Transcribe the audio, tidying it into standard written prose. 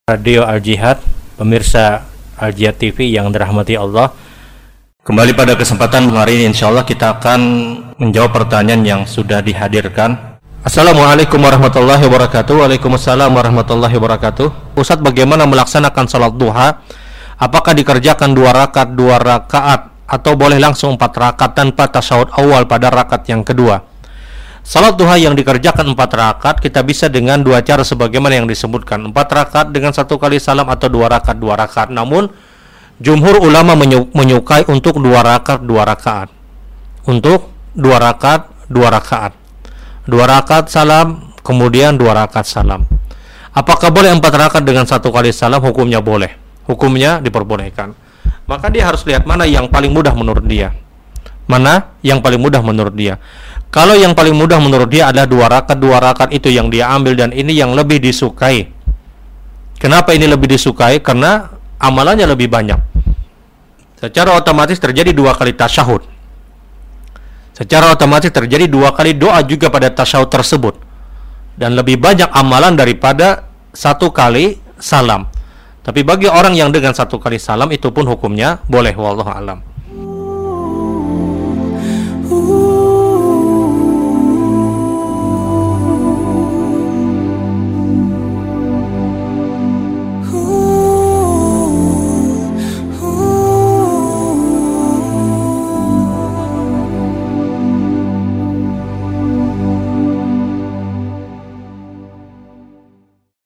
Radio Al-Jihad, pemirsa Al-Jihad TV yang dirahmati Allah. Kembali pada kesempatan hari ini insyaallah kita akan menjawab pertanyaan yang sudah dihadirkan. Assalamualaikum warahmatullahi wabarakatuh. Waalaikumsalam warahmatullahi wabarakatuh. Ustaz, bagaimana melaksanakan salat duha? Apakah dikerjakan 2 rakaat atau boleh langsung 4 rakaat tanpa tasyahud awal pada rakaat yang kedua? Salat duha yang dikerjakan 4 rakaat kita bisa dengan 2 cara sebagaimana yang disebutkan, 4 rakaat dengan 1 kali salam atau 2 rakaat. Namun jumhur ulama menyukai untuk 2 rakaat. Untuk 2 rakaat. 2 rakaat salam, kemudian 2 rakaat salam. Apakah boleh 4 rakaat dengan 1 kali salam? Hukumnya boleh. Hukumnya diperbolehkan. Maka dia harus lihat mana yang paling mudah menurut dia. Mana yang paling mudah menurut dia. Kalau yang paling mudah menurut dia adalah 2 rakaat itu yang dia ambil, dan ini yang lebih disukai. Kenapa ini lebih disukai? Karena amalannya lebih banyak. Secara otomatis terjadi 2 kali tasyahud. Secara otomatis terjadi 2 kali doa juga pada tasyahud tersebut. Dan lebih banyak amalan daripada 1 kali salam. Tapi bagi orang yang dengan 1 kali salam itu pun hukumnya boleh, wallahu alam.